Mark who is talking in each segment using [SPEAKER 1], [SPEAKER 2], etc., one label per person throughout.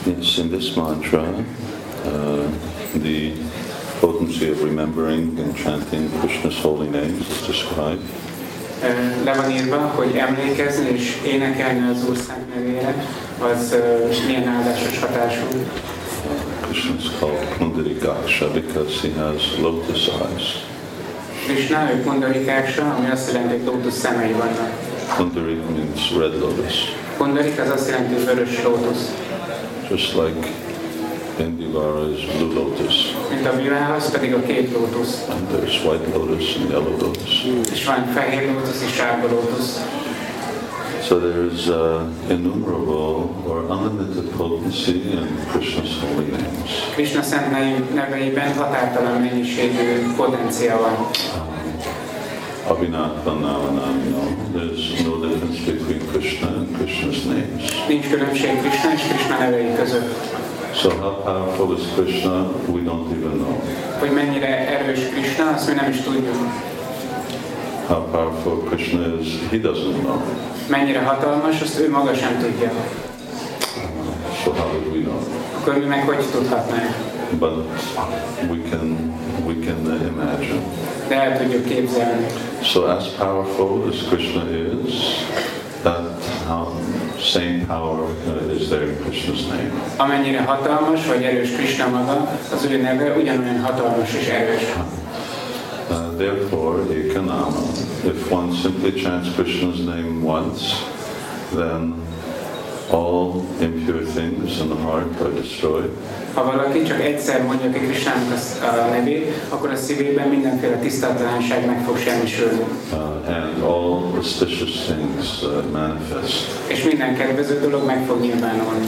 [SPEAKER 1] Yes, in this mantra, the potency of remembering and chanting Krishna's holy names is described.
[SPEAKER 2] Le van írva, hogy emlékezni és énekelni az Úr szent nevére, az milyen áldásos hatású.
[SPEAKER 1] Krishna is called Pundarikaksha because he has lotus eyes.
[SPEAKER 2] Krishna, ő Pundarikaksha, ami azt jelenti, hogy lótusz szemei vannak.
[SPEAKER 1] Pundarik means red lotus.
[SPEAKER 2] Pundarik az azt jelenti, hogy vörös lótusz.
[SPEAKER 1] Just like Indivara is blue lotus.
[SPEAKER 2] Mint a virág, pedig a két lótusz.
[SPEAKER 1] And there's white lotus and yellow lotus.
[SPEAKER 2] És van fehér lótusz és sárga lótusz.
[SPEAKER 1] So there's innumerable or unlimited potency in Krishna's holy names.
[SPEAKER 2] Krishna szent neveiben határtalan mennyiségű potencia van.
[SPEAKER 1] Abhinata Navanamino. There's no difference between Krishna and Krishna's names.
[SPEAKER 2] Nincs különbség Krishna és Krishna nevei között.
[SPEAKER 1] So how powerful is Krishna? We don't even know.
[SPEAKER 2] Hogy mennyire erős Krishna, azt mi nem is tudjuk.
[SPEAKER 1] How powerful Krishna is, he doesn't know.
[SPEAKER 2] Mennyire hatalmas, azt ő maga sem tudja.
[SPEAKER 1] So how would we know?
[SPEAKER 2] Akkor mi meg hogy tudhatnánk?
[SPEAKER 1] But we can imagine.
[SPEAKER 2] De el tudjuk képzelni.
[SPEAKER 1] So as powerful as Krishna is, that same power is there in Krishna's name.
[SPEAKER 2] Amennyire hatalmas vagy erős Krishna maga, az ő neve ugyanolyan hatalmas és erős.
[SPEAKER 1] Therefore, Ekanama, if one simply chants Krishna's name once, then all impure things in the heart are destroyed.
[SPEAKER 2] Ha valaki csak egyszer mondja ki Krishnának a nevét, akkor a szívében mindenféle tisztaatlanság meg fog semmisülni.
[SPEAKER 1] And all auspicious things manifest.
[SPEAKER 2] És minden kedvező dolog meg fog nyilvánulni.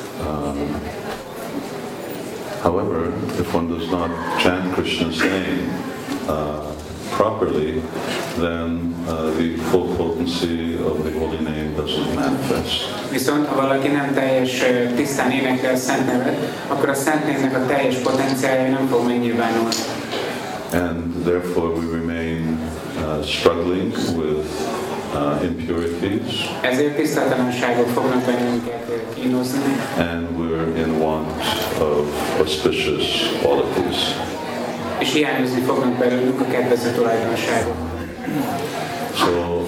[SPEAKER 1] However, if one does not chant Krishna's name properly, then the full potency of the holy name doesn't manifest.
[SPEAKER 2] Viszont ha valaki nem teljes tisztán énekli a szent nevet, akkor a szent névnek a teljes potenciálja nem fog megnyilvánulni.
[SPEAKER 1] And therefore we remain struggling with impurities.
[SPEAKER 2] Ezért tisztaatlanságok fognak bennünket kínozni.
[SPEAKER 1] And we're in want of auspicious qualities.
[SPEAKER 2] És hiányozni fognak belőlünk a kedvező tulajdonságok.
[SPEAKER 1] So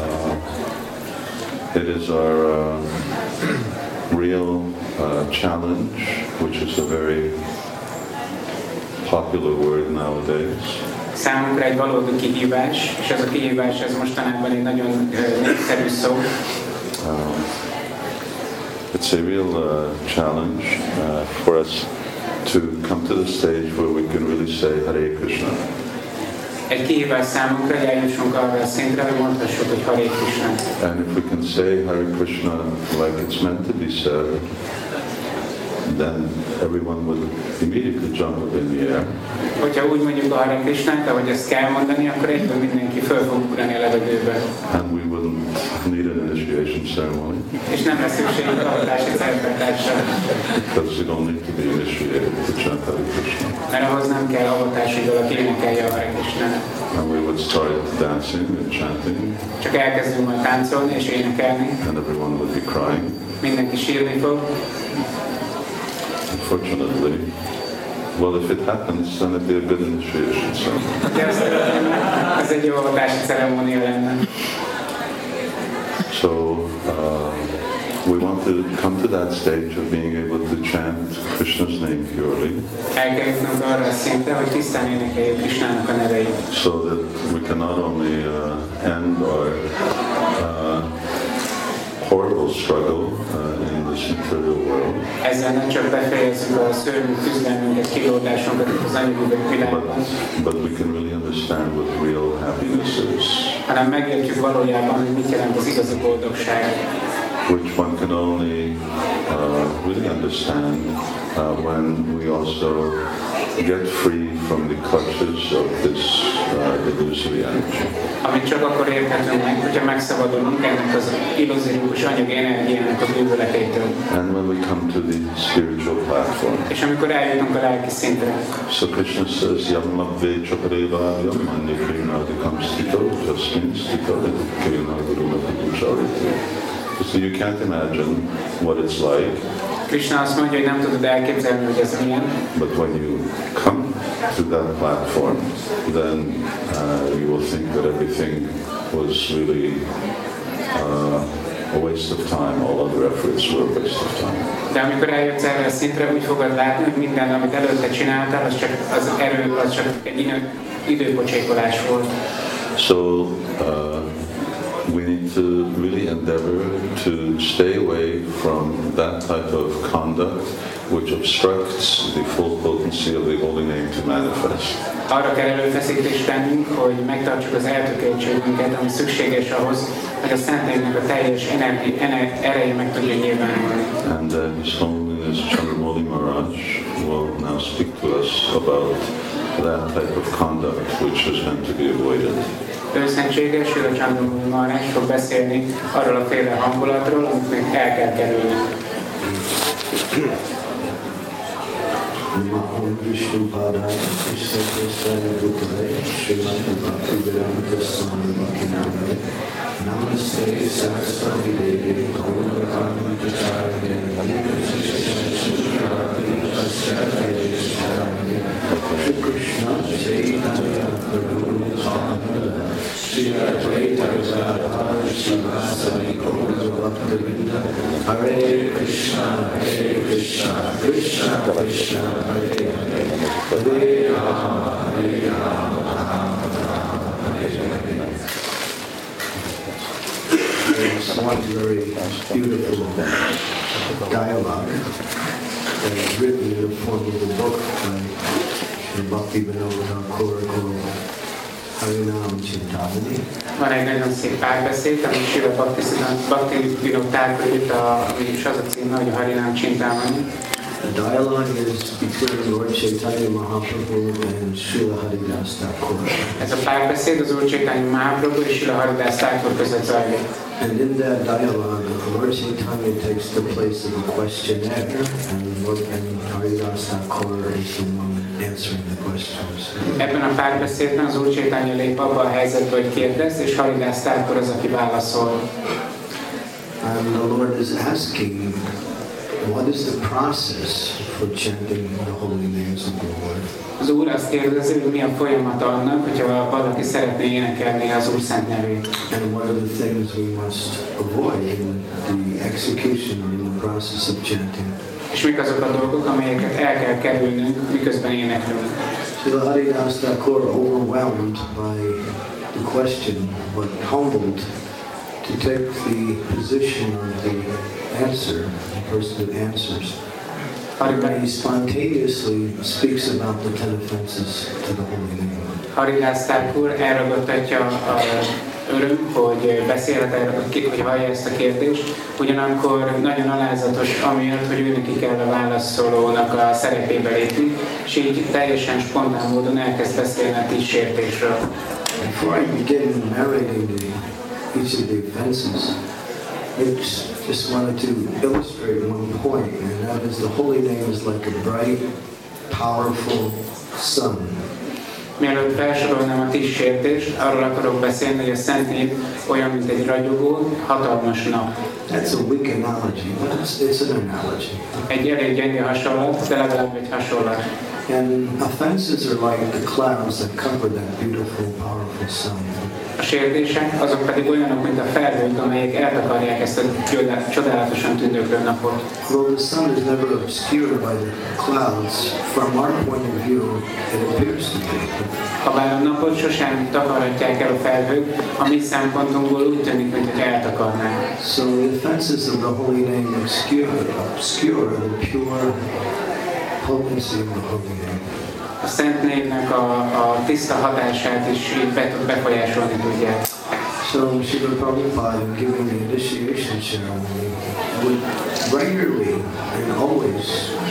[SPEAKER 1] it is our real challenge, which is a very popular word nowadays.
[SPEAKER 2] Számunkra egy valódi kihívás, és ez a kihívás ez mostanában egy nagyon népszerű szó.
[SPEAKER 1] It's a real challenge for us to come to the stage where we can really say Hare Krishna.
[SPEAKER 2] Egy kihívás számunkra, hogy eljussunk arra a szintre, hogy mondhassuk, hogy Hare Krishna.
[SPEAKER 1] And if we can say Hare Krishna like it's meant to be said, then everyone would immediately jump up in the air.
[SPEAKER 2] Hogyha úgy mondjuk a Hare Krishnát, ahogy ezt kell mondani, akkor egyből mindenki föl fog ugrani a levegőbe.
[SPEAKER 1] And we wouldn't need an initiation ceremony.
[SPEAKER 2] És nem lesz szükség a avatási szertartásra.
[SPEAKER 1] Because you don't need to be initiated to chant Hare Krishna.
[SPEAKER 2] Mert ahhoz nem kell avatási dolog, énekelje a Hare Krishnát.
[SPEAKER 1] And we would start dancing and chanting.
[SPEAKER 2] Csak elkezdünk majd táncolni és énekelni.
[SPEAKER 1] And everyone would be crying.
[SPEAKER 2] Mindenki sírni fog.
[SPEAKER 1] Unfortunately, well, if it happens, then it'd be a good initiation ceremony.
[SPEAKER 2] De ez egy jó avatási ceremónia lenne.
[SPEAKER 1] So we want to come to that stage of being able to chant Krishna's name purely.
[SPEAKER 2] El kell jutnunk arra a szintre, hogy tisztán énekeljük Krishnának a neveit.
[SPEAKER 1] So that we can not only end our horrible struggle in this material world,
[SPEAKER 2] ezzel nem csak befejezzük a szörnyű küzdelmünket, kilódásunkat az anyagi világban,
[SPEAKER 1] but we can really understand what real happiness is.
[SPEAKER 2] hanem megértjük valójában, hogy mit jelent az igazi boldogság.
[SPEAKER 1] Which one can only really understand when we also get free from the clutches of this illusory energy.
[SPEAKER 2] Amit csak akkor érthetünk meg, hogyha megszabadulunk ennek az illuzórikus anyagi energiának a bűvöletétől.
[SPEAKER 1] And when we come to the spiritual platform.
[SPEAKER 2] És amikor eljutunk a lelki szintre.
[SPEAKER 1] So Krishna says, Yamlabve Chakarevayam Manyakrinadikam Stito Jasmin Stito Krina Guruna Puduchariti. So you can't imagine what it's like
[SPEAKER 2] Krishna azt mondja, hogy nem tudod elképzelni, hogy ez milyen.
[SPEAKER 1] But when you come to that platform, then you will think that everything was really a waste of time. All other efforts were a waste of time.
[SPEAKER 2] De amikor eljössz erre a szintre, úgy fogod látni, hogy minden, amit előtte csináltál, az csak az erő, az csak egy időpocsékolás volt.
[SPEAKER 1] So we need to really endeavor to stay away from that type of conduct which obstructs the full potency of the holy name to manifest.
[SPEAKER 2] Arra kell előfeszítést tennünk, hogy megtartsuk az eltökéltségünket, ami szükséges ahhoz, hogy a Szentélnek a teljes ereje meg tudja nyilvánulni.
[SPEAKER 1] And His Holiness Chandramauli Maharaj will now speak to us about that type of conduct which is meant to be avoided.
[SPEAKER 2] Őszentséges, Srila Chandramauli Maharaj fog beszélni arról a féle hangulatról, amit még el kell kerülni.
[SPEAKER 3] Om Vishnu Padaya Krishna Krishna Bhutale Srimati Bhakti Vedanta Swami Bhakti Namaste Saraswati Devi Gaurākāma Pracārye Shri Krishna Chaitanya Prabhu Nityananda Shri Advaita Gadadhara Srivasadi Gaura Bhaktivinoda Hare Krishna Krishna Krishna Hare Hare Rama Hare Rama It's one very beautiful dialogue that is written in the form of a book by Sri Bhaktivinoda Thakur called Harinam Chintamani.
[SPEAKER 2] Van egy nagyon szép párbeszéd, amit Srila Bhaktivinoda Thakur írt, ami is az a címe, hogy a Harinam Chintamani.
[SPEAKER 3] The dialogue is between Lord Chaitanya Mahaprabhu and Srila Haridas Thakur.
[SPEAKER 2] Ez a párbeszéd az Úr Chaitanya Mahaprabhu és Srila Haridas Thakur között zajlik.
[SPEAKER 3] And in that dialogue, Lord Chaitanya takes the place of a questionnaire, and Haridas Thakur is the one answering the questions.
[SPEAKER 2] Ebben a párbeszédben az Úr Chaitanya lép abba a helyzetbe, hogy kérdez, és Haridas Thakur az, aki válaszol.
[SPEAKER 3] And the Lord is asking, what is the process for chanting the holy names of the Lord?
[SPEAKER 2] Az Úr azt kérdezi, hogy mi a folyamat annak, hogyha valaki szeretné énekelni az Úr szent nevét.
[SPEAKER 3] And what are the things we must avoid in the execution or in the process of chanting?
[SPEAKER 2] És mik azok a dolgok, amelyeket el kell kerülnünk, miközben éneklünk.
[SPEAKER 3] Srila Haridas Thakur, overwhelmed by the question, but humbled to take the position of the answer, the person who answers. He spontaneously speaks about the 10 offenses to the holy name.
[SPEAKER 2] Haridas Thakur elragadtatja öröm, hogy beszélhet erről, hogy hallja ezt a kérdést, ugyanakkor nagyon alázatos amiatt, hogy ő neki kell a válaszolónak a szerepébe lépni, és így teljesen spontán módon elkezd beszélni a 10 sértésről.
[SPEAKER 3] Before I begin narrating each of the offenses, I just wanted to illustrate one point, and that is the holy name is like a bright, powerful sun.
[SPEAKER 2] Mielőtt felsorolnám a 10 sértést, arról akarok beszélni, hogy a Szent Név olyan, mint egy ragyogó, hatalmas nap.
[SPEAKER 3] That's a weak analogy, but it's an analogy.
[SPEAKER 2] Egy elég gyenge hasonlat, de legalább egy hasonlat.
[SPEAKER 3] And offenses are like the clouds that cover that beautiful, powerful sun.
[SPEAKER 2] A sértések azok pedig olyanok, mint a felhők, amelyek eltakarják ezt a csodálatosan tündöklő napot.
[SPEAKER 3] Although the sun is never obscured by the clouds, from our point of view, it appears to be.
[SPEAKER 2] Habár a napot sosem takarhatják el a felhők, a mi szempontunkból úgy tűnik, mintha eltakarnák.
[SPEAKER 3] So the offenses of the holy name obscure the pure potency of the holy name.
[SPEAKER 2] A Szent Névnek a tiszta hatását is így befolyásolni tudják.
[SPEAKER 3] So Srila Prabhupada, in giving the initiation ceremony, would regularly and always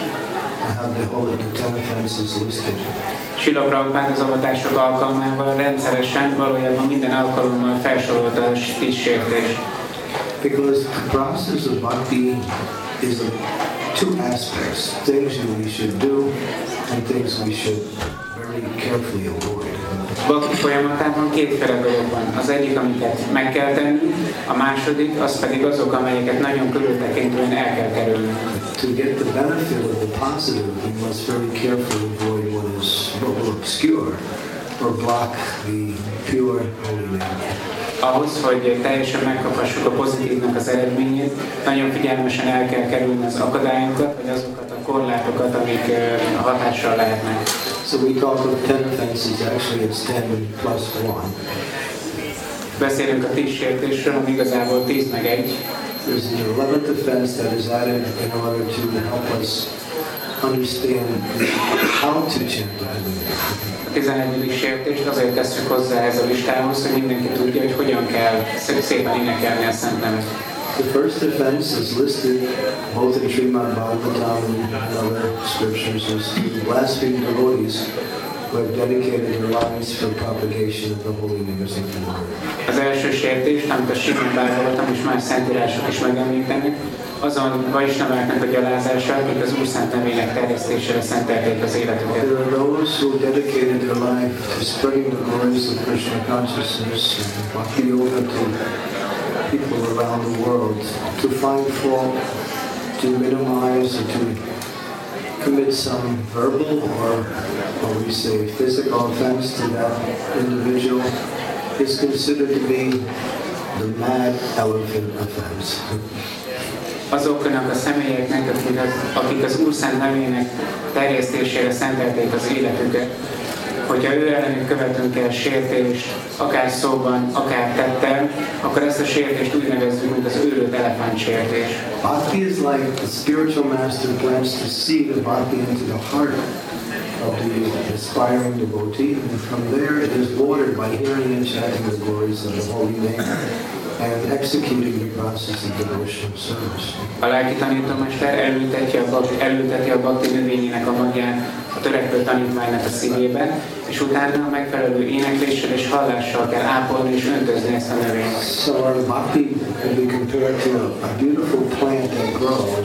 [SPEAKER 3] have the 10 offenses listed.
[SPEAKER 2] Srila Prabhupád az avatások alkalmával rendszeresen, valójában minden alkalommal felsorolta a 10 sértést.
[SPEAKER 3] Because the process of bhakti is two aspects, things that we should do and things we should very carefully avoid.
[SPEAKER 2] Bhakti folyamatában kétféle dolog van. Az egyik, amiket meg kell tenni, a második, az pedig azok, amelyeket nagyon körültekintően el kell kerülni.
[SPEAKER 3] to get the benefit of the positive, we must very carefully avoid what will obscure or block the pure holy name.
[SPEAKER 2] Ahhoz, hogy teljesen megkaphassuk a pozitívnak az eredményét, nagyon figyelmesen el kell kerülni az akadályokat, vagy azokat a korlátokat, amik hatással lehetnek.
[SPEAKER 3] So we talk of 10 offenses, actually it's 10 plus 1.
[SPEAKER 2] Beszélünk a 10 sértésről, ami igazából 10 meg 1.
[SPEAKER 3] There's an 11th offense that is added in order to help us understand how to chant the holy name.
[SPEAKER 2] A 11. sértést azért tesszük hozzá ehhez a listához, hogy mindenki tudja, hogy hogyan kell szépen énekelni a Szent Nevet.
[SPEAKER 3] The first offense is listed both in Srimad Bhagavatam and other scriptures as to blaspheme devotees who have dedicated their lives for propagation of the holy name of the Lord.
[SPEAKER 2] Az első sértés, amit a Srimad Bhagavatam és más szentírások is megemlítenek, azon Vaisnaváknak a gyalázása, akik az Úr szent nevének terjesztésére szentelték az életüket.
[SPEAKER 3] There are those who dedicated their life to spreading the glories of Krishna consciousness and bhakti yoga to people around the world, to find fault, to minimize, or to commit some verbal or what we say physical offense to that individual is considered to be the mad elephant offense.
[SPEAKER 2] Azoknak a személyeknek, akik az Úr szent nevének terjesztésére szentelték az életüket, hogyha ő ellenük követünk el sértést, akár szóban, akár tettel, akkor ezt a sértést úgy nevezzük, mint az őrült elefánt sértés.
[SPEAKER 3] Bhakti is like the spiritual master plants to seed of bhakti into the heart of the aspiring devotee, and from there it is watered by hearing and chanting the glories of the holy name and executing the process of devotional service.
[SPEAKER 2] A lelki tanítómester elülteti a bhakti növényének a magját a törekvő tanítványnak a szívében, és utána megfelelő énekléssel és hallással kell ápolni és öntözni ezt a növényt.
[SPEAKER 3] So our bhakti can be compared to a beautiful plant that grows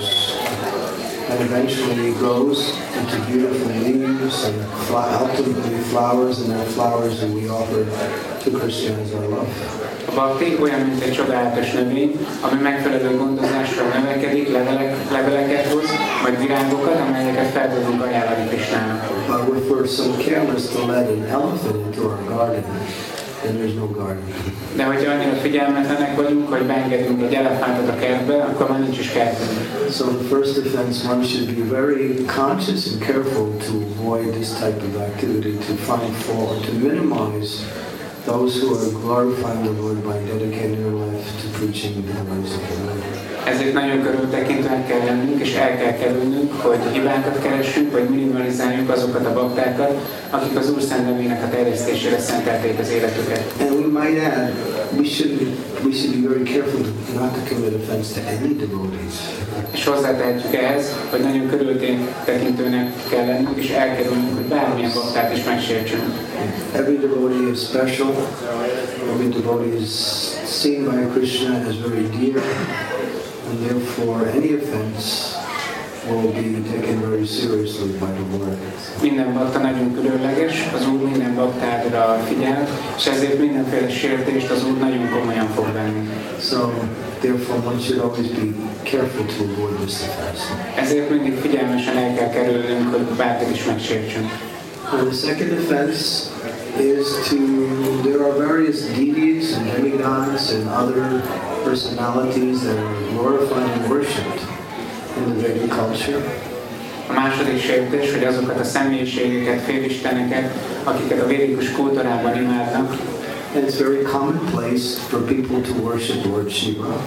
[SPEAKER 3] and eventually grows into beautiful leaves and ultimately flowers, and that flowers that we offer to Krishna as our love.
[SPEAKER 2] A bhakti olyan, mint egy csodálatos növény, ami megfelelő gondozással növekedik, leveleket hoz, majd virágokat, amelyeket fel tudunk ajánlani Krishnának.
[SPEAKER 3] But if we're so careless to let an elephant into our garden, then there's no garden.
[SPEAKER 2] De hogyha annyira figyelmetlenek vagyunk, hogy beengedünk egy elefántot a kertbe, akkor már nincs is kertünk.
[SPEAKER 3] So the first offense, one should be very conscious and careful to avoid this type of activity, to find fault, to minimize those who are glorifying the Lord by dedicating their life to preaching the glories of the Lord.
[SPEAKER 2] Ezért nagyon körültekintően kell lennünk, és el kell kerülnünk, hogy hibákat keressünk, vagy minimalizáljuk azokat a baktákat, akik az Úr szent nevének a terjesztésére szentelték az életüket.
[SPEAKER 3] And we might add, we should be very careful not to commit offense to any devotees.
[SPEAKER 2] És hozzátehetjük ehhez, hogy nagyon körültekintőnek kell lennünk, és elkerülnünk, hogy bármilyen baktát is megsértsünk.
[SPEAKER 3] Every devotee is special. Every devotee is seen by Krishna as very dear, and therefore any offense will be taken very seriously by the Lord.
[SPEAKER 2] Minden bakta nagyon különleges, az Úr minden baktára figyel, és ezért mindenféle sértést az Úr nagyon komolyan fog venni.
[SPEAKER 3] So therefore one should always be careful to avoid this offense.
[SPEAKER 2] Ezért mindig figyelmesen el kell kerülnünk, hogy bárkit is megsértsünk.
[SPEAKER 3] And the second offense is there are various deities and demigods and other personalities that are glorified and worshipped in the Vedic culture.
[SPEAKER 2] A második sértés, hogy azokat a személyiségeket, félisteneket, akiket a védikus kultúrában imádnak.
[SPEAKER 3] And it's very commonplace for people to worship Lord Shiva.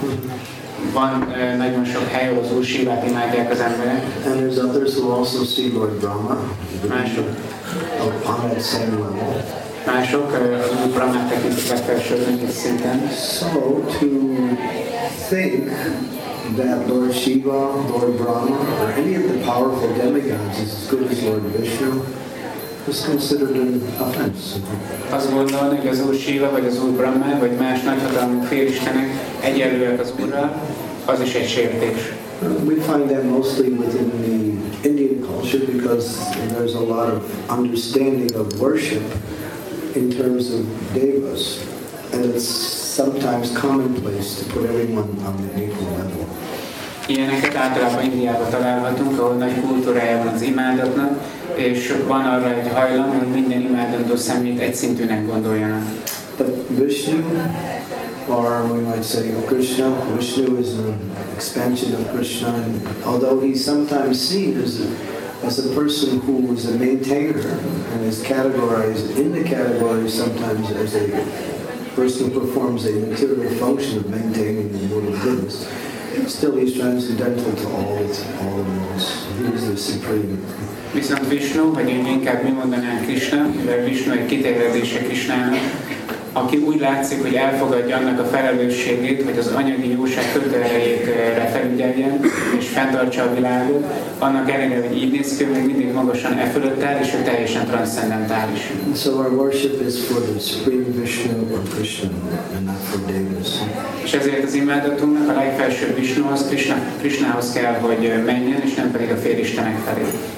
[SPEAKER 2] Van nagyon sok hely, ahol az Úr Shivát imádják az emberek.
[SPEAKER 3] And there's others who also see Lord Brahma
[SPEAKER 2] Mások,
[SPEAKER 3] on that same level.
[SPEAKER 2] mások az Úr Brahmát tekintik legfelsőbb szinten.
[SPEAKER 3] So to think that Lord Shiva, Lord Brahma, or any of the powerful demigods is as good as Lord Vishnu is considered an offense.
[SPEAKER 2] Azt gondolni, hogy az Úr Shiva, vagy az Úr Brahma, vagy más nagyhatalmú félistenek egyenlőek az Úrral, az is egy sértés.
[SPEAKER 3] We find that mostly within the Indian culture because there's a lot of understanding of worship in terms of devas, and it's sometimes commonplace to put everyone on an equal level.
[SPEAKER 2] Ilyeneket általában Indiában találhatunk, ahol nagy kultúrája van az imádatnak, és van arra egy hajlam, hogy minden imádandó személyt egyszintűnek gondoljanak.
[SPEAKER 3] But Vishnu, or we might say Krishna, Vishnu is an expansion of Krishna, and although he's sometimes seen as a person who is a maintainer and is categorized in the category sometimes as a person who performs a material function of maintaining the world of goodness, still he's transcendental to all of those. He is the supreme.
[SPEAKER 2] Viszont Vishnu, vagy inkább mi mondanánk Krishna, mivel Vishnu egy kiterjedése Krishnának, aki úgy látszik, hogy elfogadja annak a felelősségét, hogy az anyagi jóság kötőerejét felügyeljen és fenntartsa a világot, annak ellenére, hogy így néz ki, még mindig magasan fölött áll, és ő teljesen transzcendentális.
[SPEAKER 3] So our worship is for the supreme Vishnu or Krishna, and not for devas.
[SPEAKER 2] És ezért az imádatunknak a legfelsőbb Vishnuhoz, Krishnához kell, hogy menjen, és nem pedig a félistenek felé.